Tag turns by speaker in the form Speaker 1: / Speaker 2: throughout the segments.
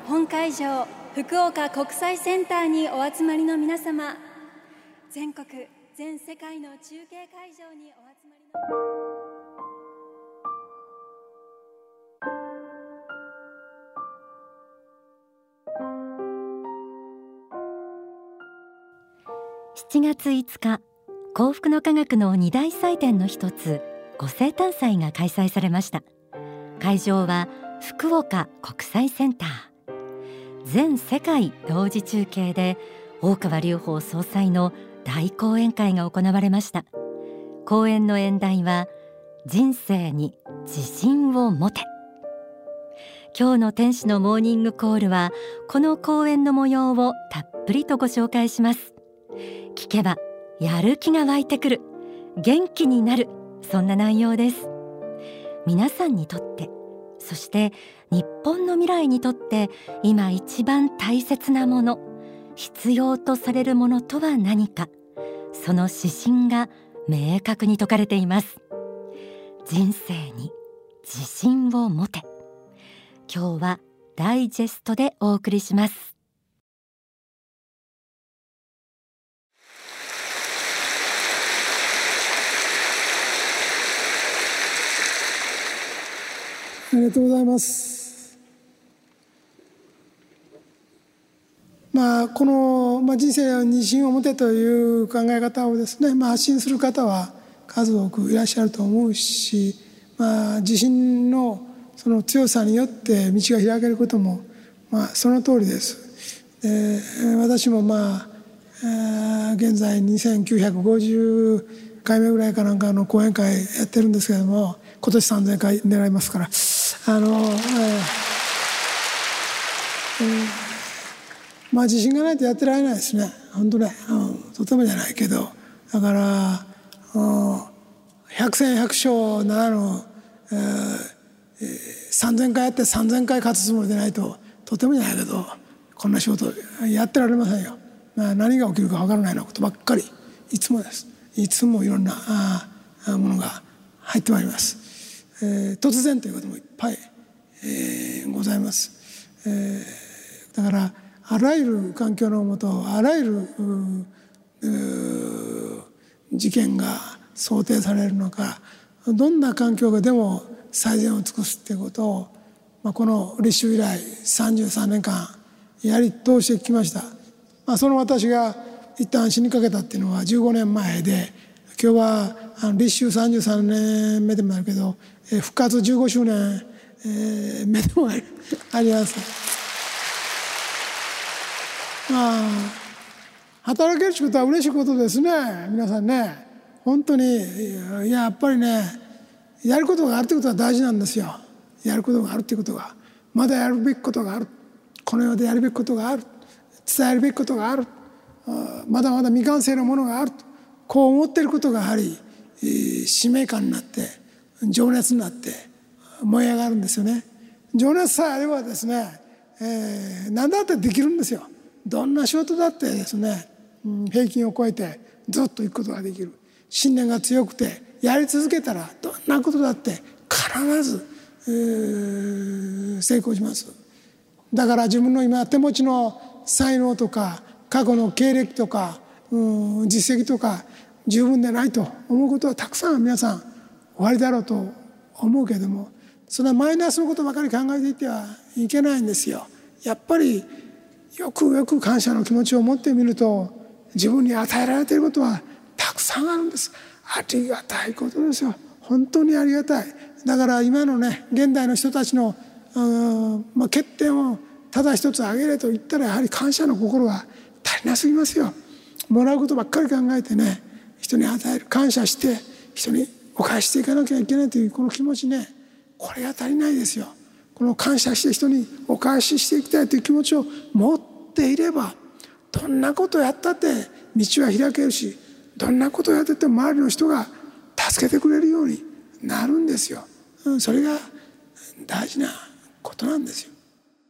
Speaker 1: 本会場福岡国際センターにお集まりの皆様、全国全世界の中継会場にお集まりの
Speaker 2: 7月5日、幸福の科学の2大祭典の一つ、ご生誕祭が開催されました。会場は福岡国際センター。全世界同時中継で大川隆法総裁の大講演会が行われました。講演の演題は、人生に自信を持て。今日の天使のモーニングコールは、この講演の模様をたっぷりとご紹介します。聞けばやる気が湧いてくる、元気になる、そんな内容です。皆さんにとって、そして日本の未来にとって、今一番大切なもの、必要とされるものとは何か、その指針が明確に説かれています。人生に自信を持て。今日はダイジェストでお送りします。
Speaker 3: ありがとうございます。この、人生に自信を持てという考え方をですね、発信する方は数多くいらっしゃると思うし、自信のその強さによって道が開けることも、その通りです。私も現在2950回目ぐらいかなんかの講演会やってるんですけれども、今年3000回狙いますから、自信がないとやってられないですね。本当ね、とてもじゃないけど、だから百戦百勝ならぬ、3000回やって3000回勝つつもりでないと、とてもじゃないけどこんな仕事やってられませんよ。何が起きるか分からないようなことばっかりいつもです。いつもいろんなものが入ってまいります。突然ということもいっぱい、ございます。だからあらゆる環境のもと、あらゆる事件が想定されるのか、どんな環境がでも最善を尽くすということを、この立秋以来33年間やり通してきました。その私が一旦死にかけたっていうのは15年前で、今日は立秋33年目でもあるけど、復活15周年、目でもあります。働ける仕事は嬉しいことですね。皆さんね、本当にやっぱりね、やることがあるということは大事なんですよ。やることがあるということが、まだやるべきことがある、この世でやるべきことがある、伝えるべきことがある、まだまだ未完成のものがあると、こう思っていることがやはり使命感になって、情熱になって燃え上がるんですよね。情熱さえあればですね、何だってできるんですよ。どんな仕事だってですね、平均を超えてずっと行くことができる。信念が強くてやり続けたら、どんなことだって必ず、成功します。だから自分の今手持ちの才能とか過去の経歴とか、実績とか十分でないと思うことはたくさん皆さんおありだろうと思うけれども、そんなマイナスのことばかり考えていてはいけないんですよ。やっぱりよくよく感謝の気持ちを持ってみると、自分に与えられていることはたくさんあるんです。ありがたいことですよ。本当にありがたい。だから今のね、現代の人たちの欠点をただ一つ挙げれと言ったら、やはり感謝の心が足りなすぎますよ。もらうことばっかり考えてね、人に与える、感謝して人にお返ししていかなきゃいけないというこの気持ちね、これが足りないですよ。この感謝して人にお返ししていきたいという気持ちを持っていれば、どんなことをやったって道は開けるし、どんなことをやってても周りの人が助けてくれるようになるんですよ。それが大事なことなんですよ。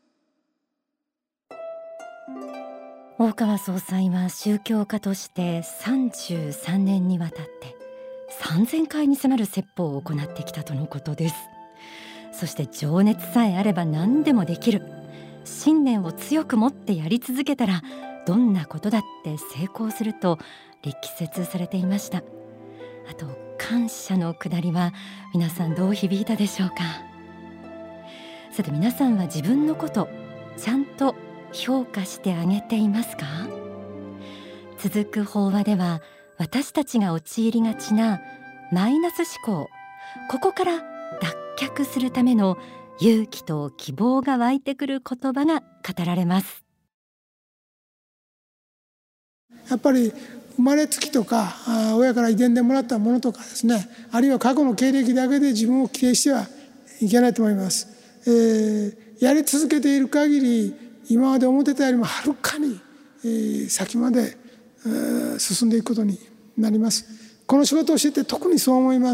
Speaker 2: 大川総裁は宗教家として33年にわたって3000回に迫る説法を行ってきたとのことです。そして情熱さえあれば何でもできる、 信念を強く持ってやり続けたらどんなことだって成功すると力説されていました。あと感謝のくだりは皆さんどう響いたでしょうか。さて皆さんは自分のことちゃんと評価してあげていますか。続く法話では私たちが陥りがちなマイナス思考、ここから脱却するための勇気と希望が湧いてくる言葉が語られます。
Speaker 3: やっぱり生まれつきとか親から遺伝でもらったものとかですね、あるいは過去の経歴だけで自分を規定してはいけないと思います。やり続けている限り今まで思ってたよりもはるかに先まで進んでいくことになります。この仕事をしてて特にそう思います。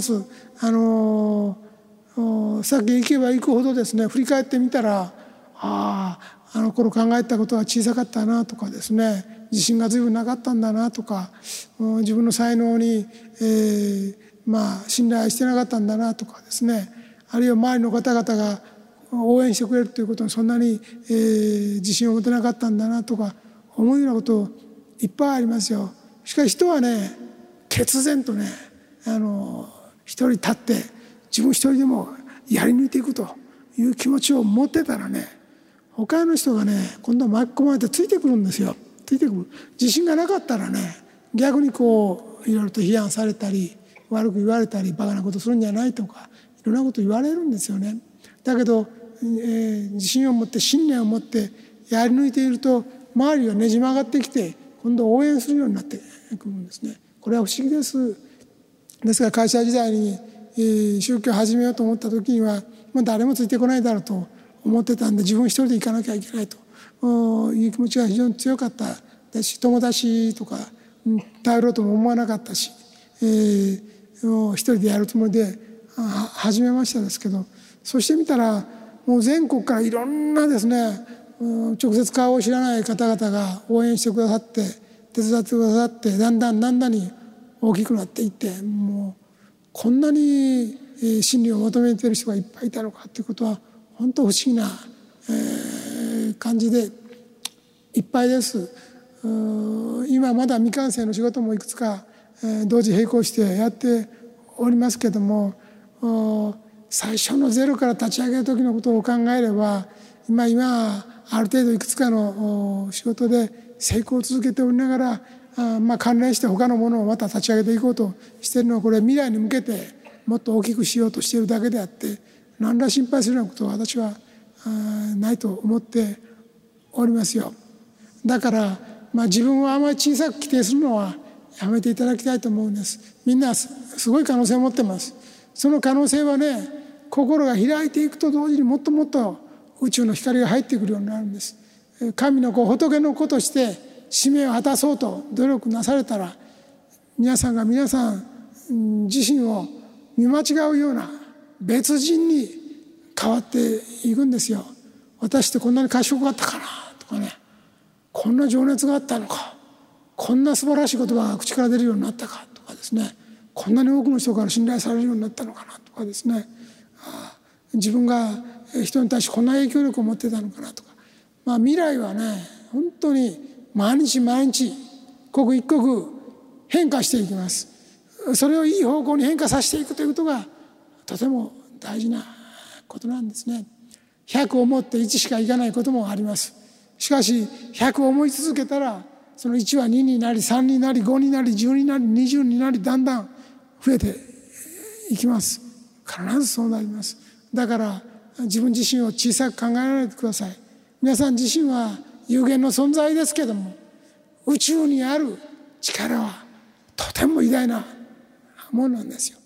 Speaker 3: 先行けば行くほどですね、振り返ってみたらあの頃考えたことは小さかったなとかですね、自信が随分なかったんだなとか、自分の才能に、信頼してなかったんだなとかですね、あるいは周りの方々が応援してくれるということにそんなに、自信を持てなかったんだなとか思うようなこといっぱいありますよ。しかし人はね、決然とね一人立って自分一人でもやり抜いていくという気持ちを持ってたらね、他の人がね今度は巻き込まれてついてくるんですよ。ついてくる。自信がなかったらね、逆にこういろいろと批判されたり悪く言われたりバカなことするんじゃないとかいろんなこと言われるんですよね。だけど、自信を持って信念を持ってやり抜いていると周りがねじ曲がってきて今度応援するようになってくるんですね。これは不思議です。ですから会社時代に、宗教を始めようと思った時にはもう誰もついてこないだろうと思ってたんで、自分一人で行かなきゃいけないという気持ちが非常に強かったですし、友達とか頼ろうとも思わなかったし、一人でやるつもりで始めましたですけど、そしてみたらもう全国からいろんなですね、直接顔を知らない方々が応援してくださって手伝ってくださって、だんだんに大きくなっていって、もうこんなに真理を求めている人がいっぱいいたのかということは本当不思議な感じでいっぱいです。今まだ未完成の仕事もいくつか同時並行してやっておりますけども、最初のゼロから立ち上げる時のことを考えれば今ある程度いくつかの仕事で成功を続けておりながら関連して他のものをまた立ち上げていこうとしているのは、これは未来に向けてもっと大きくしようとしているだけであって、何ら心配するようなことは私はないと思っておりますよ。だから自分をあまり小さく規定するのはやめていただきたいと思うんです。みんなすごい可能性を持ってます。その可能性はね、心が開いていくと同時にもっともっと宇宙の光が入ってくるようになるんです。神の子、仏の子として使命を果たそうと努力なされたら、皆さん自身を見間違うような別人に変わっていくんですよ。私ってこんなに賢かったかなとかね、こんな情熱があったのか、こんな素晴らしい言葉が口から出るようになったかとかですね、こんなに多くの人から信頼されるようになったのかなとかですね、自分が人に対してこんな影響力を持ってたのかなとか、未来はね本当に毎日刻一刻変化していきます。それをいい方向に変化させていくということがとても大事なことなんですね。100思って1しかいかないこともあります。しかし100思い続けたらその1は2になり3になり5になり10になり20になりだんだん増えていきます。必ずそうなります。だから自分自身を小さく考えないでください。皆さん自身は有限の存在ですけども、宇宙にある力はとても偉大なものなんですよ。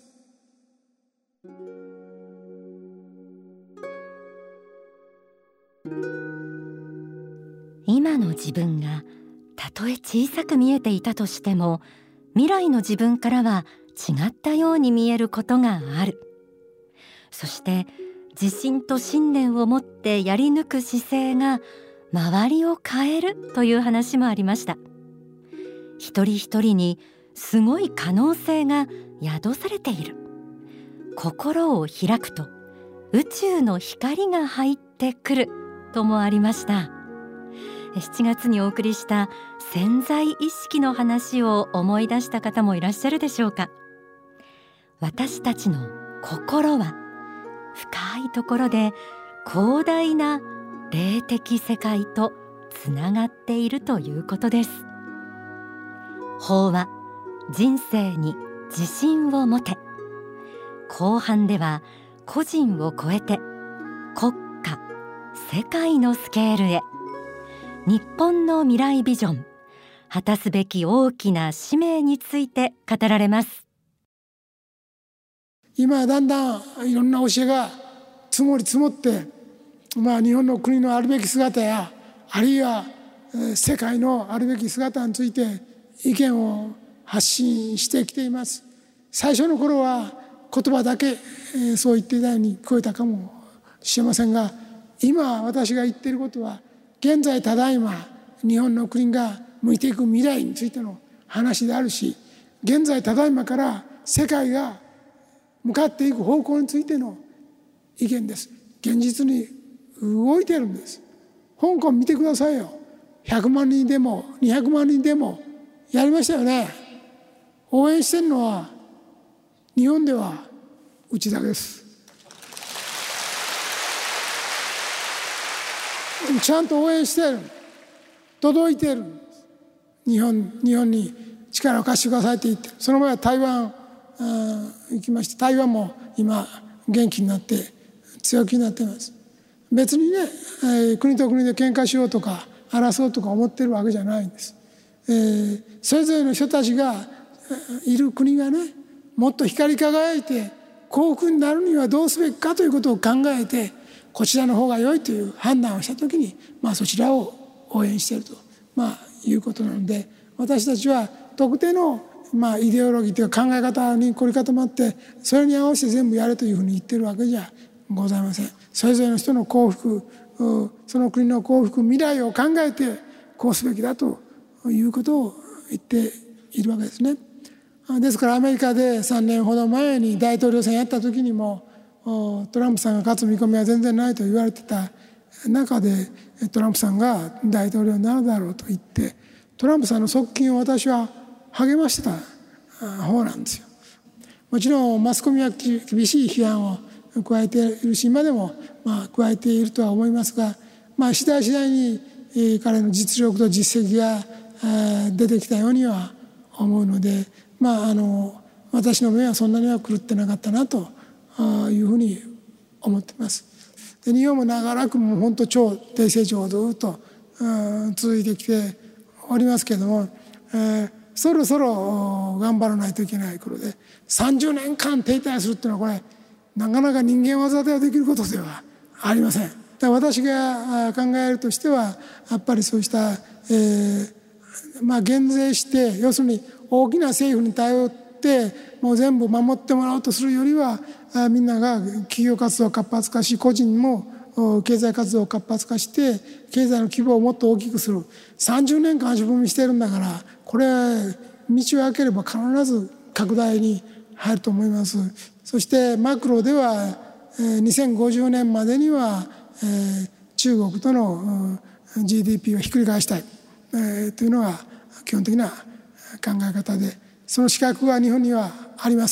Speaker 2: 今の自分がたとえ小さく見えていたとしても、未来の自分からは違ったように見えることがある。そして自信と信念を持ってやり抜く姿勢が周りを変えるという話もありました。一人一人にすごい可能性が宿されている。心を開くと宇宙の光が入ってくるともありました。7月にお送りした潜在意識の話を思い出した方もいらっしゃるでしょうか。私たちの心は深いところで広大な霊的世界とつながっているということです。法話、人生に自信を持て。後半では個人を超えて国家、世界のスケールへ。日本の未来ビジョン、果たすべき大きな使命について語られます。
Speaker 3: 今だんだんいろんな教えが積もり積もって、日本の国のあるべき姿や、あるいは世界のあるべき姿について意見を発信してきています。最初の頃は言葉だけそう言っていたように聞こえたかもしれませんが、今私が言っていることは現在ただいま日本の国が向いていく未来についての話であるし、現在ただいまから世界が向かっていく方向についての意見です。現実に動いているんです。香港見てくださいよ。100万人でも200万人でもやりましたよね。応援してるのは日本ではうちだけです。ちゃんと応援してる、届いてる。日本に力を貸してくださいって言って、その前は台湾行きまして、台湾も今元気になって強気になっています。別にね、国と国で喧嘩しようとか争うとか思ってるわけじゃないんです。それぞれの人たちがいる国がね、もっと光り輝いて幸福になるにはどうすべきかということを考えて、こちらの方が良いという判断をしたときに、そちらを応援していると、いうことなので、私たちは特定のイデオロギーというか考え方に凝り固まって、それに合わせて全部やれというふうに言ってるわけじゃございません。それぞれの人の幸福、その国の幸福、未来を考えてこうすべきだということを言っているわけですね。ですからアメリカで3年ほど前に大統領選やった時にも、トランプさんが勝つ見込みは全然ないと言われてた中で、トランプさんが大統領になるだろうと言って、トランプさんの側近を私は励ましてた方なんですよ。もちろんマスコミは厳しい批判を加えているし、今でも加えているとは思いますが、次第に彼の実力と実績が出てきたようには思うので、私の目はそんなには狂ってなかったなというふうに思っています。で、日本も長らくもう本当超低成長がずっと続いてきておりますけれども、そろそろ頑張らないといけない頃で、30年間停滞するっていうのはこれなかなか人間技ではできることではありません。だから私が考えるとしては、やっぱりそうした、減税して、要するに大きな政府に頼ってもう全部守ってもらおうとするよりは、みんなが企業活動を活発化し、個人も経済活動を活発化して経済の規模をもっと大きくする。30年間足踏みしてるんだから、これ道を開ければ必ず拡大に入ると思います。そしてマクロでは2050年までには中国との GDP をひっくり返したいというのが基本的な考え方で、その資格は日本にはあります。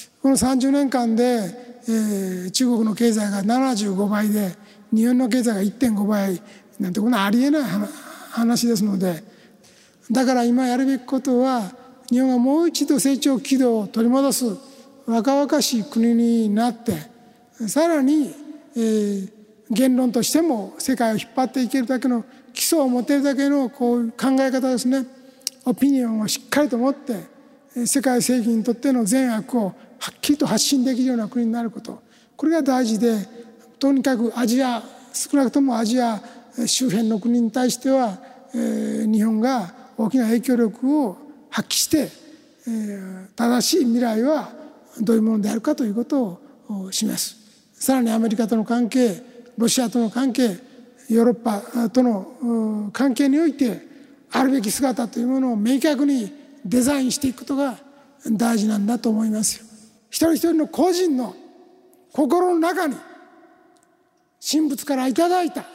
Speaker 3: この30年間で中国の経済が75倍で日本の経済が 1.5 倍なんて、こんなありえない話ですので、だから今やるべきことは、日本がもう一度成長軌道を取り戻す若々しい国になって、さらに、言論としても世界を引っ張っていけるだけの基礎を持てるだけのこういう考え方ですね、オピニオンをしっかりと持って、世界正義にとっての善悪をはっきりと発信できるような国になること、これが大事で、とにかくアジア、少なくともアジア周辺の国に対しては、日本が大きな影響力を発揮して、正しい未来はどういうものであるかということを示す。さらにアメリカとの関係、ロシアとの関係、ヨーロッパとの関係においてあるべき姿というものを明確にデザインしていくことが大事なんだと思いますよ。一人一人の個人の心の中に神仏からいただいた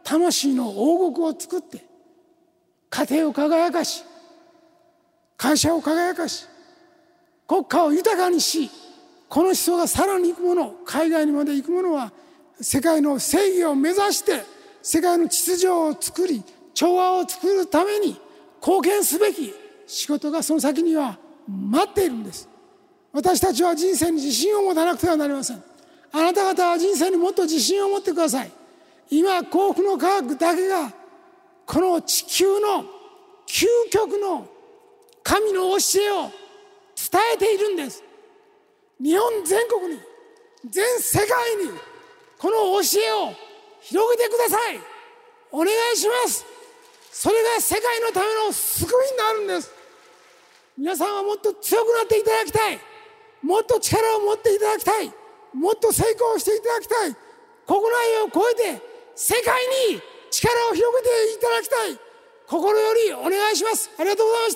Speaker 3: 魂の王国を作って家庭を輝かし、会社を輝かし、国家を豊かにし、この思想がさらに行くもの、海外にまで行くものは世界の正義を目指して世界の秩序を作り、調和を作るために貢献すべき仕事がその先には待っているんです。私たちは人生に自信を持たなくてはなりません。あなた方は人生にもっと自信を持ってください。今幸福の科学だけがこの地球の究極の神の教えを伝えているんです。日本全国に、全世界にこの教えを広げてください。お願いします。それが世界のための救いになるんです。皆さんはもっと強くなっていただきたい。もっと力を持っていただきたい。もっと成功していただきたい。国内を超えて世界に力を広げていただきたい。心よりお願いします。ありがとうございました。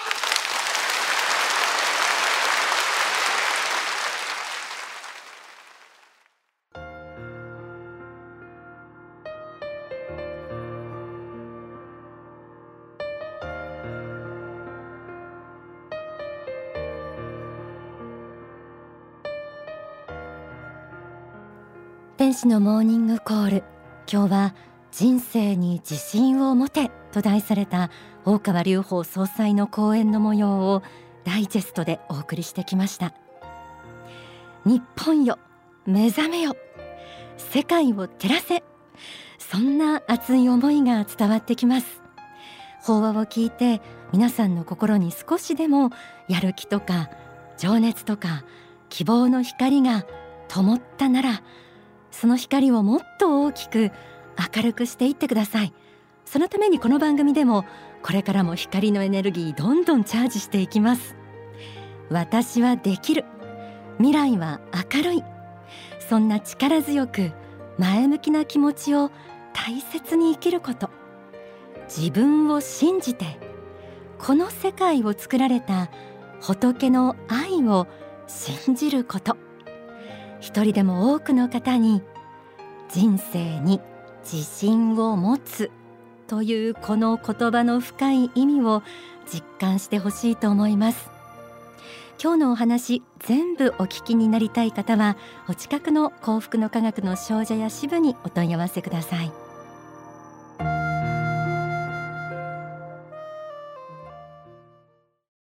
Speaker 2: 天使のモーニングコール、今日は人生に自信を持てと題された大川隆法総裁の講演の模様をダイジェストでお送りしてきました。日本よ、目覚めよ、世界を照らせ、そんな熱い思いが伝わってきます。法話を聞いて皆さんの心に少しでもやる気とか情熱とか希望の光が灯ったなら、その光をもっと大きく明るくしていってください。そのためにこの番組でもこれからも光のエネルギーどんどんチャージしていきます。私はできる、未来は明るい、そんな力強く前向きな気持ちを大切に生きること、自分を信じてこの世界を作られた仏の愛を信じること、一人でも多くの方に人生に自信を持つというこの言葉の深い意味を実感してほしいと思います。今日のお話全部お聞きになりたい方はお近くの幸福の科学の少女や支部にお問い合わせください。